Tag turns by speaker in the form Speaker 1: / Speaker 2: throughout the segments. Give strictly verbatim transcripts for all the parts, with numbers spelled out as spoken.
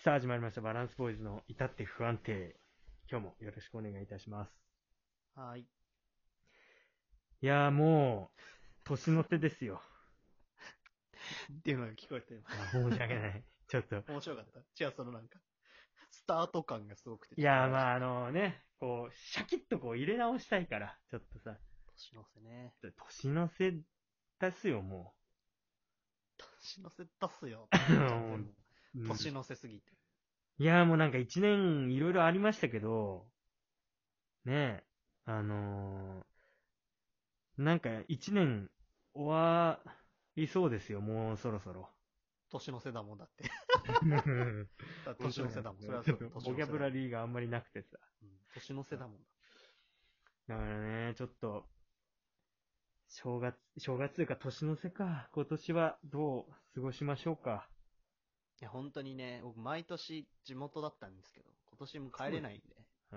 Speaker 1: さあ始まりましたバランスボーイズの至って不安定。今日もよろしくお願いいたします。
Speaker 2: はい。
Speaker 1: いやーもう年の瀬ですよ。
Speaker 2: っていうのが聞こえて、
Speaker 1: いや申し訳ない。ちょっと。
Speaker 2: 面白かった。違う、そのなんか、スタート感がすごくて。
Speaker 1: いやーまああのね、こう、シャキッとこう入れ直したいから、ちょっとさ。
Speaker 2: 年の瀬ね。
Speaker 1: 年の瀬ですよ、も
Speaker 2: 年の瀬出すよ。
Speaker 1: う。
Speaker 2: ちゃんともう、
Speaker 1: うん、
Speaker 2: 年の瀬すぎて。
Speaker 1: いやーもうなんか一年いろいろありましたけど、ねえ、あのー、なんか一年終わりそうですよ、もうそろそろ。
Speaker 2: 年の瀬だもんだって。だ年の瀬だもん。それはそう。
Speaker 1: ボキャブラリーがあんまりなくてさ。
Speaker 2: うん、年の瀬だもんだ。
Speaker 1: だからね、ちょっと、正月、正月というか年の瀬か。今年はどう過ごしましょうか。
Speaker 2: いや、本当にね、僕毎年地元だったんですけど、今年も帰れないんで、
Speaker 1: うん、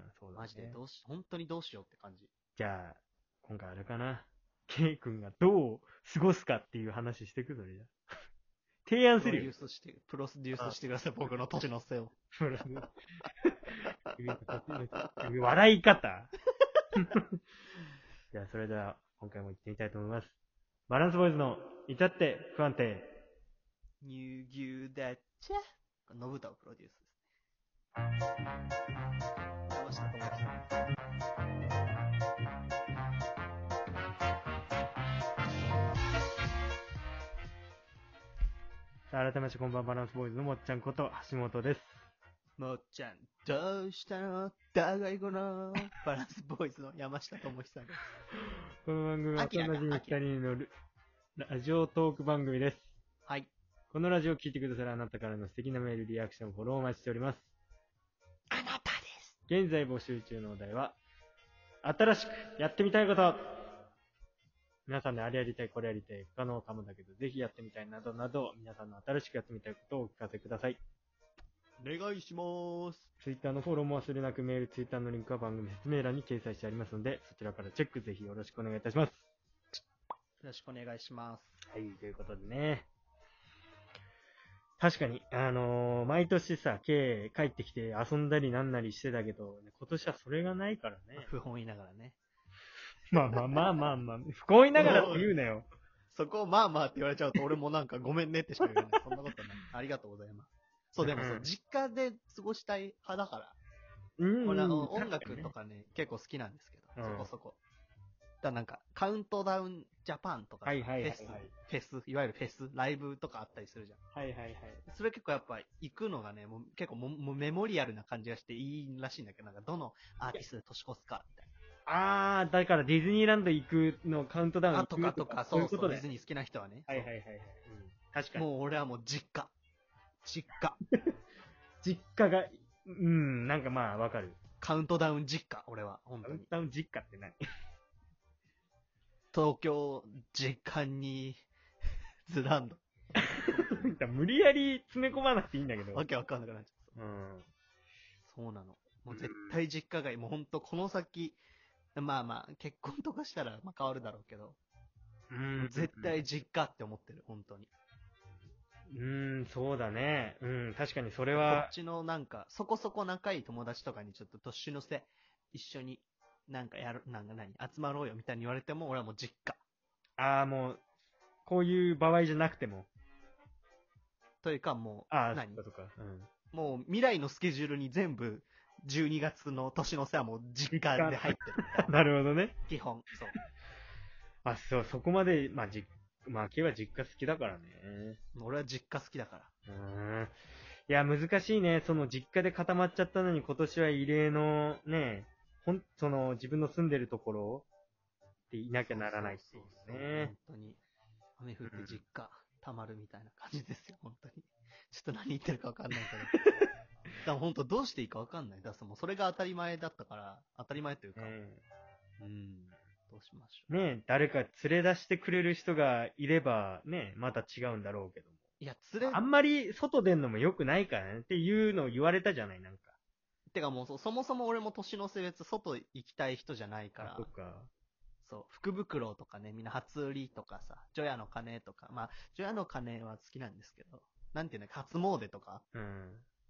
Speaker 1: そうだね。
Speaker 2: マジでどうし、本当にどうしようって感じ。
Speaker 1: じゃあ、今回あれかな。ケイ君がどう過ごすかっていう話してくそれじゃ。提案
Speaker 2: プロデ
Speaker 1: するよ。
Speaker 2: ュースして、プロデュースしてください、僕の年の瀬を。
Speaker 1: 笑い方。じゃあ、それでは、今回も行ってみたいと思います。バランスボーイズの至って不安定。
Speaker 2: 乳牛だっちゃ。のぶたをプロデュースですね。山下智之さん。
Speaker 1: さあ、改めましてこんばんは、バランスボーイズのもっちゃんこと橋本です。
Speaker 2: もっちゃん、どうしたの互い後のバランスボーイズの山下智久です。
Speaker 1: この番組は
Speaker 2: アキラが
Speaker 1: 幼馴染ふたりによるラジオトーク番組です。
Speaker 2: はい。
Speaker 1: このラジオを聞いてくださるあなたからの素敵なメール、リアクション、フォローをお待ちしております。
Speaker 2: あなたです。
Speaker 1: 現在募集中のお題は、新しくやってみたいこと。皆さんであれやりたい、これやりたい、不可能かもだけど、ぜひやってみたいなどなど、皆さんの新しくやってみたいことをお聞かせください。
Speaker 2: お願いします。
Speaker 1: ツイッターのフォローも忘れなく、メール、ツイッターのリンクは番組説明欄に掲載してありますので、そちらからチェックぜひよろしくお願いいたします。
Speaker 2: よろしくお願いします。
Speaker 1: はい、ということでね。確かに、あのー、毎年さ、K 帰ってきて遊んだりなんなりしてたけど、今年はそれがないからね。
Speaker 2: 不本意ながらね。
Speaker 1: まあまあまあまあまあ、不幸いながらって言うなよ。
Speaker 2: そこをまあまあって言われちゃうと俺もなんかごめんねってしか言えない。そんなことない。ありがとうございます。そう、でもそう、実家で過ごしたい派だから。
Speaker 1: うん、
Speaker 2: 俺あの、
Speaker 1: うん、
Speaker 2: 音楽とかね、結構好きなんですけど、
Speaker 1: うん
Speaker 2: そこそこ。だなんか、カウントダウンジャパンとかさ、
Speaker 1: はいはいはいはい
Speaker 2: フェス、フェス、いわゆるフェス、ライブとかあったりするじゃん。
Speaker 1: はいはいはい。
Speaker 2: それ結構やっぱ行くのがね、もう結構ももうメモリアルな感じがしていいらしいんだけど、なんかどのアーティストで年越すか、みたい
Speaker 1: あー、だからディズニーランド行くのカウントダウン
Speaker 2: な。あ、
Speaker 1: 行く
Speaker 2: とかとか、
Speaker 1: そうい
Speaker 2: そうそう、
Speaker 1: うことだよね。
Speaker 2: ディズニー好きな人はね。
Speaker 1: はいはいはいはい。うん、確かに。
Speaker 2: もう俺はもう実家。実家。
Speaker 1: 実家が、うん、なんかまあわかる。
Speaker 2: カウントダウン実家、俺は、本当に。
Speaker 1: カウントダウン実家って何
Speaker 2: 東京、実家に、ズランド。
Speaker 1: 無理やり詰め込まなくていいんだけど。
Speaker 2: わけわかんなくなっちゃった。
Speaker 1: うん。
Speaker 2: そうなの。もう絶対実家がいい。もうほんとこの先、まあまあ、結婚とかしたらまあ変わるだろうけど、
Speaker 1: う。
Speaker 2: もうん絶対実家って思ってる、本当に。
Speaker 1: うーん、そうだね。うん、確かにそれ
Speaker 2: こ
Speaker 1: は
Speaker 2: っ。ちのなんか、そこそこ仲いい友達とかにちょっと年の瀬、一緒になんかやる、なんか何、集まろうよみたいに言われても、俺はもう実家。
Speaker 1: ああ、もう、こういう場合じゃなくても。
Speaker 2: というかもう、
Speaker 1: ああ、そっ
Speaker 2: 何
Speaker 1: かそっか。うん。
Speaker 2: もう未来のスケジュールに全部、じゅうにがつの年の瀬はもう実家で入ってるみたいな。
Speaker 1: なるほどね。
Speaker 2: 基本、そう。
Speaker 1: あ、そう、そこまで、まあ、じ、まあ、K は実家好きだからね。
Speaker 2: 俺は実家好きだから。
Speaker 1: うーん。いや、難しいね。その実家で固まっちゃったのに今年は異例のね、ほん、その自分の住んでるところでいなきゃならないっていうね。
Speaker 2: 本当に。雨降って実家、溜まるみたいな感じですよ、本当に。ちょっと何言ってるかわかんないけど。だから本当どうしていいかわかんない。だからもうそれが当たり前だったから、当たり前というか、うん、どうしましょう。
Speaker 1: ねえ、誰か連れ出してくれる人がいれば、ね、また違うんだろうけども。
Speaker 2: いや、連れ、
Speaker 1: あんまり外出んのも良くないからねっていうのを言われたじゃない、なんか。
Speaker 2: てかもうそ、そもそも俺も年の瀬別外行きたい人じゃないか
Speaker 1: あ、
Speaker 2: ら、
Speaker 1: そっか。
Speaker 2: そう、福袋とかね、みんな初売りとかさ、除夜の鐘とか、まあ、除夜の鐘は好きなんですけど、なんていうの、初詣とか、
Speaker 1: うん。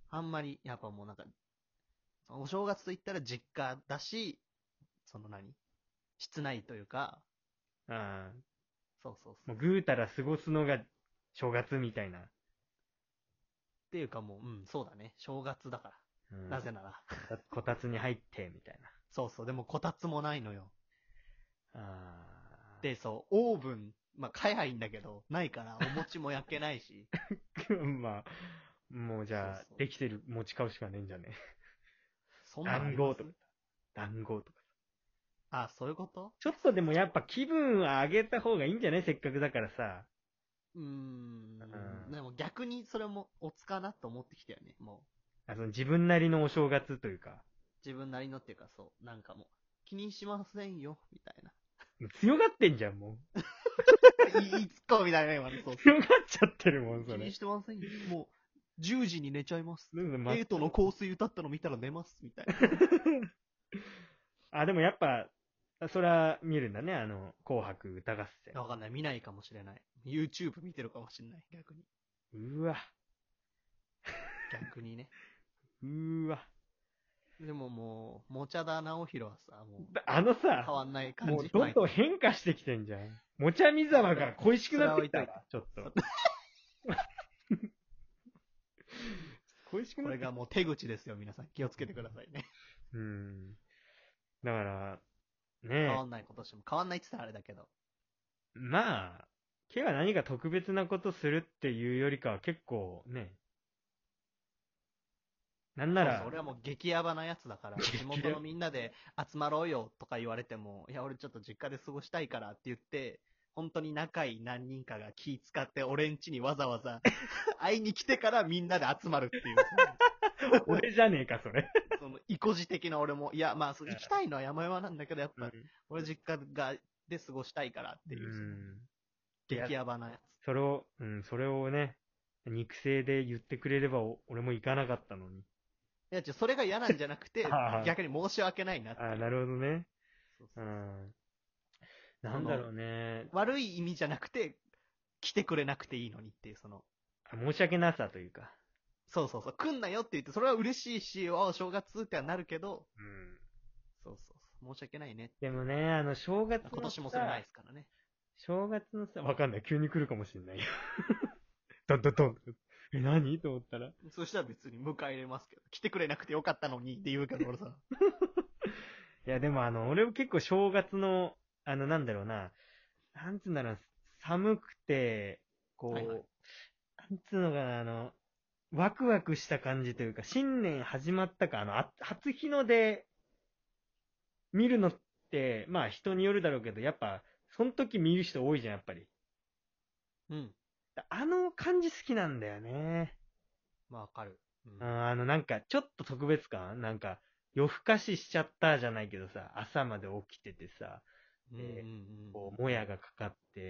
Speaker 2: あんまり、やっぱもうなんか、そのお正月と言ったら実家だし、その何室内というか、
Speaker 1: ああ、
Speaker 2: そうそうそう。
Speaker 1: もうぐうたら過ごすのが正月みたいな。
Speaker 2: っていうかもう、うん、そうだね。正月だから。
Speaker 1: うん、
Speaker 2: なぜなら。
Speaker 1: こたつに入ってみたい
Speaker 2: そうそう。でもこたつもないのよ。
Speaker 1: な。あ
Speaker 2: で、そう、オーブン、まあ、買えばいいんだけど、ないから、お餅も焼けないし。
Speaker 1: あ。まあ、もうじゃあ、
Speaker 2: そうそう
Speaker 1: できてる餅買うしかねえんじゃね
Speaker 2: そんなんあります
Speaker 1: 団子とか。団子とか。
Speaker 2: あ、そういうこと？
Speaker 1: ちょっとでもやっぱ気分は上げた方がいいんじゃないせっかくだからさ。
Speaker 2: うーん。
Speaker 1: うん
Speaker 2: でも逆にそれもおつかなと思ってきたよね。も
Speaker 1: あその自分なりのお正月というか。
Speaker 2: う、自分なりのっていうかそう、なんかもう、気にしませんよ、みたいな。
Speaker 1: 強がってんじゃん、も
Speaker 2: いい、いいツッコミみたいな、今の。そう
Speaker 1: う。
Speaker 2: そう。
Speaker 1: 強がっちゃってるもん、それ。
Speaker 2: 気にしてませんよ。もう、じゅうじに寝ちゃいます。
Speaker 1: なんか
Speaker 2: エイトの香水歌ったの見たら寝ます、みたいな。
Speaker 1: あ、でもやっぱ、それは見るんだね、あの、紅白歌合戦。
Speaker 2: わかんない。見ないかもしれない。YouTube 見てるかもしれない。逆に。
Speaker 1: うわ、
Speaker 2: 逆にね。
Speaker 1: うわ。
Speaker 2: でももう、もちゃだ直弘はさ、もう、
Speaker 1: あのさ
Speaker 2: 変、わんない感じ。
Speaker 1: もうどんどん変化してきてんじゃん。もちゃみざわが恋しくなってきたわ、ちょっと。恋しくなってきた。
Speaker 2: これがもう手口ですよ、皆さん。気をつけてくださいね。
Speaker 1: うん。だから、
Speaker 2: 変わ
Speaker 1: ね
Speaker 2: んない今年も。変わんないって言ったらあれだけど。
Speaker 1: え、まあ、K は何か特別なことするっていうよりかは結構ね、なんなら、
Speaker 2: そうそう、俺はもう激ヤバなやつだから、地元のみんなで集まろうよとか言われても、いや、俺ちょっと実家で過ごしたいからって言って、本当に仲いい何人かが気使って俺ん家にわざわざ会いに来てからみんなで集まるっていう、
Speaker 1: 俺じゃねえか、それ。
Speaker 2: その、意固地的な俺も、いや、まあ、そう行きたいのは山々なんだけど、やっぱ、俺実家が、で過ごしたいからっていう、その
Speaker 1: うん。
Speaker 2: 激ヤバなやつ。
Speaker 1: それを、うん、それをね、肉声で言ってくれればお俺も行かなかったのに。
Speaker 2: いや、ちょ、それが嫌なんじゃなくて
Speaker 1: あ、あ
Speaker 2: 逆に申し訳ないなっていう。
Speaker 1: あ、なるほどね。
Speaker 2: そうそうう。
Speaker 1: ん。なんだろうね。
Speaker 2: 悪い意味じゃなくて、来てくれなくていいのにっていう、その、
Speaker 1: あ申し訳なさというか。
Speaker 2: そうそうそう、来んなよって言って、それは嬉しいし、ああ、正月ってはなるけど、
Speaker 1: うん。
Speaker 2: そうそうそう、申し訳ないね。
Speaker 1: でもね、あの、正月のさ、
Speaker 2: 今年もそれないですからね。
Speaker 1: 正月のさ、わかんない。急に来るかもしれないよ。ドンドンドン。え、何と思ったら。
Speaker 2: そしたら別に迎え入れますけど、来てくれなくてよかったのにって言うけど、俺さ。
Speaker 1: いや、でもあの、俺も結構正月の、あの、なんだろうな、なんつうんだろう、寒くて、こう、
Speaker 2: はいはい
Speaker 1: なんつうのかな、あの、ワクワクした感じというか、新年始まったか、あの、あ初日の出見るのって、まあ人によるだろうけど、やっぱ、その時見る人多いじゃん、やっぱり。
Speaker 2: うん。
Speaker 1: あの感じ好きなんだよね。
Speaker 2: まあ、わかる。うん
Speaker 1: うん、あの、なんか、ちょっと特別感なんか、夜更かししちゃったじゃないけどさ、朝まで起きててさ、
Speaker 2: うんうんうん。
Speaker 1: こう、もやがかかって、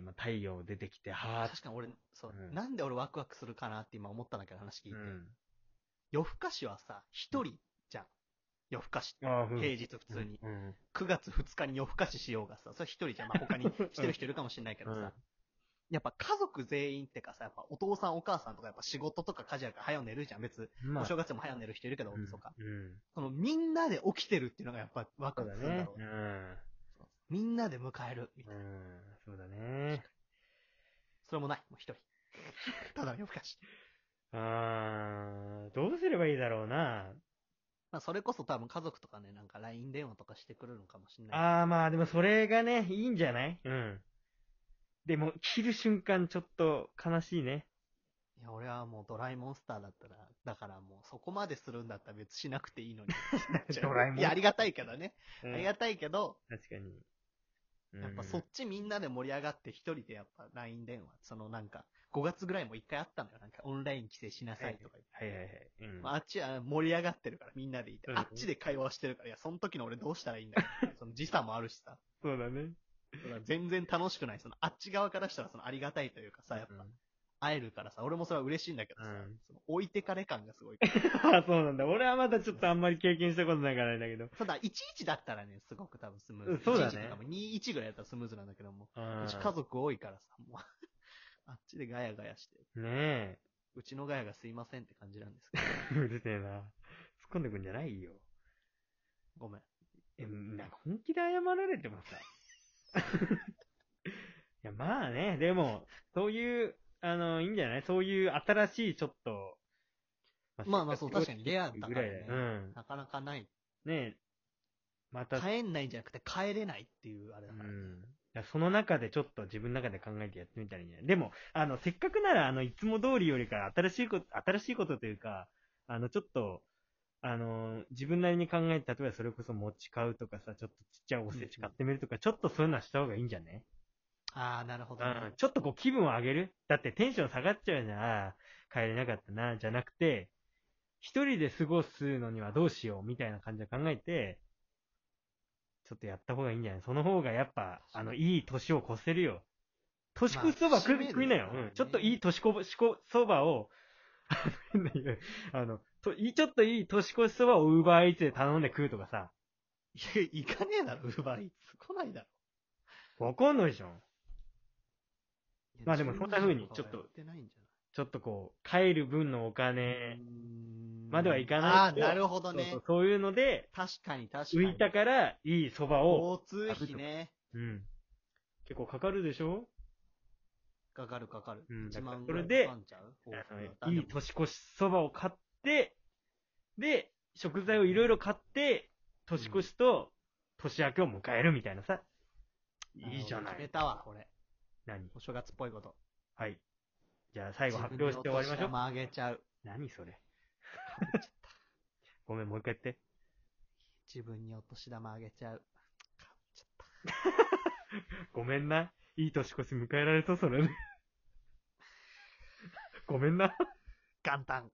Speaker 1: まあ、太陽出てきて、はーっ
Speaker 2: 確かに俺、そう、
Speaker 1: うん
Speaker 2: なんで俺ワクワクするかなって今思ったんだけど話聞いて。
Speaker 1: うん。
Speaker 2: 夜更かしはさ、一人じゃん。夜更かしって。
Speaker 1: ああ、うん。
Speaker 2: 平日普通に。
Speaker 1: うん。
Speaker 2: くがつふつかに夜更かししようがさ、それ一人じゃん。まあ、他にしてる人いるかもしれないけどさ、
Speaker 1: うん
Speaker 2: やっぱ家族全員ってかさ、やっぱお父さんお母さんとかやっぱ仕事とか家事やから早う寝るじゃん。別、
Speaker 1: まあ、
Speaker 2: お正月でも早う寝る人いるけど、
Speaker 1: うん
Speaker 2: 大晦日。
Speaker 1: うん。
Speaker 2: そのみんなで起きてるっていうのがやっぱワク
Speaker 1: そうだね
Speaker 2: ワクするんだろ。う
Speaker 1: う
Speaker 2: ね。
Speaker 1: ん。
Speaker 2: そうみんなで迎えるみた
Speaker 1: う
Speaker 2: いな。
Speaker 1: ん。そうだね。
Speaker 2: それもない。もう一人。ただの夜更かし。
Speaker 1: あー、どうすればいいだろうな。
Speaker 2: まあそれこそ多分家族とかね、なんか ライン 電話とかしてくるのかもしれない。
Speaker 1: あー、まあ、でもそれがね、いいんじゃないうん。でも、切る瞬間ちょっと悲しいね。
Speaker 2: いや、俺はもうドライモンスターだったら、だからもうそこまでするんだったら別しなくていいのに。
Speaker 1: ドラえもん
Speaker 2: いや、ありがたいけどね。
Speaker 1: うん
Speaker 2: ありがたいけど、
Speaker 1: 確かに。うん
Speaker 2: やっぱそっちみんなで盛り上がって一人でやっぱ ライン 電話、そのなんか、ごがつぐらいも一回あったのよ。なんかオンライン規制しなさいとか言って。
Speaker 1: はいはいはい。うん。
Speaker 2: まあ、あっちは盛り上がってるからみんなでいて、
Speaker 1: うん
Speaker 2: あっちで会話してるから、いや、その時の俺どうしたらいいんだよっていう。その時差もあるしさ。
Speaker 1: そうだね。
Speaker 2: だから全然楽しくない。そのあっち側からしたらそのありがたいというかさ、やっぱ、会えるからさ、俺もそれは嬉しいんだけどさ、
Speaker 1: うん
Speaker 2: その置いてかれ感がすごいから。
Speaker 1: あ、そうなんだ。俺はまだちょっとあんまり経験したことないからあれだけど。
Speaker 2: ただ、いちいちだったらね、すごく多分スムーズ。
Speaker 1: うんそうだね
Speaker 2: いちいちとかもにいちぐらいだったらスムーズなんだけども、
Speaker 1: うん
Speaker 2: うち家族多いからさ、もうあっちでガヤガヤして。
Speaker 1: ねえ。
Speaker 2: うちのガヤがすいませんって感じなんですけ
Speaker 1: うるせえな。突っ込んでくんじゃないよ。
Speaker 2: ど。ごめん。
Speaker 1: え、なんか本気で謝られてもさ。いや、まあね、でも、そういう、あの、いいんじゃないそういう新しいちょっと、
Speaker 2: まあまあそう、確かにレアだから
Speaker 1: ぐらいだよ。う
Speaker 2: ね。
Speaker 1: ん。
Speaker 2: なかなかない。
Speaker 1: ねまた、
Speaker 2: 帰んないんじゃなくて帰れないっていうあれだからね。
Speaker 1: うん。だからその中でちょっと自分の中で考えてやってみたらいいんじゃないでも、あの、せっかくなら、あの、いつも通りよりか新しいこと、新しいことというか、あの、ちょっと、あの、自分なりに考えて、例えばそれこそ餅買うとかさ、ちょっとちっちゃいおせち買ってみるとか、ちょっとそういうのはした方がいいんじゃね
Speaker 2: ああ、なるほどね。
Speaker 1: うん。ちょっとこう気分を上げるだってテンション下がっちゃうじゃん。ああ、帰れなかったな、じゃなくて、一人で過ごすのにはどうしようみたいな感じで考えて、ちょっとやった方がいいんじゃないその方がやっぱ、あの、いい年を越せるよ。年越しそば食い,、
Speaker 2: まあ
Speaker 1: 食いなよ、
Speaker 2: 節目ですからね
Speaker 1: うん。ちょっといい年越しこそばを、あの変な言うあの、といちょっといい年越しそばをウーバーイーツで頼んで食うとかさ。
Speaker 2: いや、行かねえだろ、ウーバーイーツ。来ないだろ。
Speaker 1: わかんないじゃん。
Speaker 2: いや
Speaker 1: まあでもそんな風にちょっと
Speaker 2: じゅうにじとかはやってないんじゃない
Speaker 1: ちょっとこう、帰る分のお金
Speaker 2: うーん
Speaker 1: まではいか
Speaker 2: ああ、
Speaker 1: ないけど。
Speaker 2: なるほどね。
Speaker 1: そうそうそういうので、
Speaker 2: 確かに確かに。
Speaker 1: 浮いたからいいそばを、
Speaker 2: 交通費ね。
Speaker 1: うん。結構かかるでしょ
Speaker 2: かかるかかる。
Speaker 1: うん
Speaker 2: いちまん
Speaker 1: だから
Speaker 2: ぐらい
Speaker 1: それで
Speaker 2: かかんちゃう往復だった
Speaker 1: あのいい
Speaker 2: らでも
Speaker 1: 年越しそばを買って、で、食材をいろいろ買って、年越しと年明けを迎えるみたいなさ。いいじゃない。
Speaker 2: 決めたわ、俺。
Speaker 1: 何
Speaker 2: お正月っぽいこと。
Speaker 1: はい。じゃあ最後発表して終わりましょう。
Speaker 2: 自分にお年玉あげちゃう。
Speaker 1: 何それ。
Speaker 2: かぶっちゃった。
Speaker 1: ごめん、もう一回言って。
Speaker 2: 自分にお年玉あげちゃう。かぶっちゃった。
Speaker 1: ごめんな。いい年越し迎えられそう、それ。ごめんな。
Speaker 2: 元旦。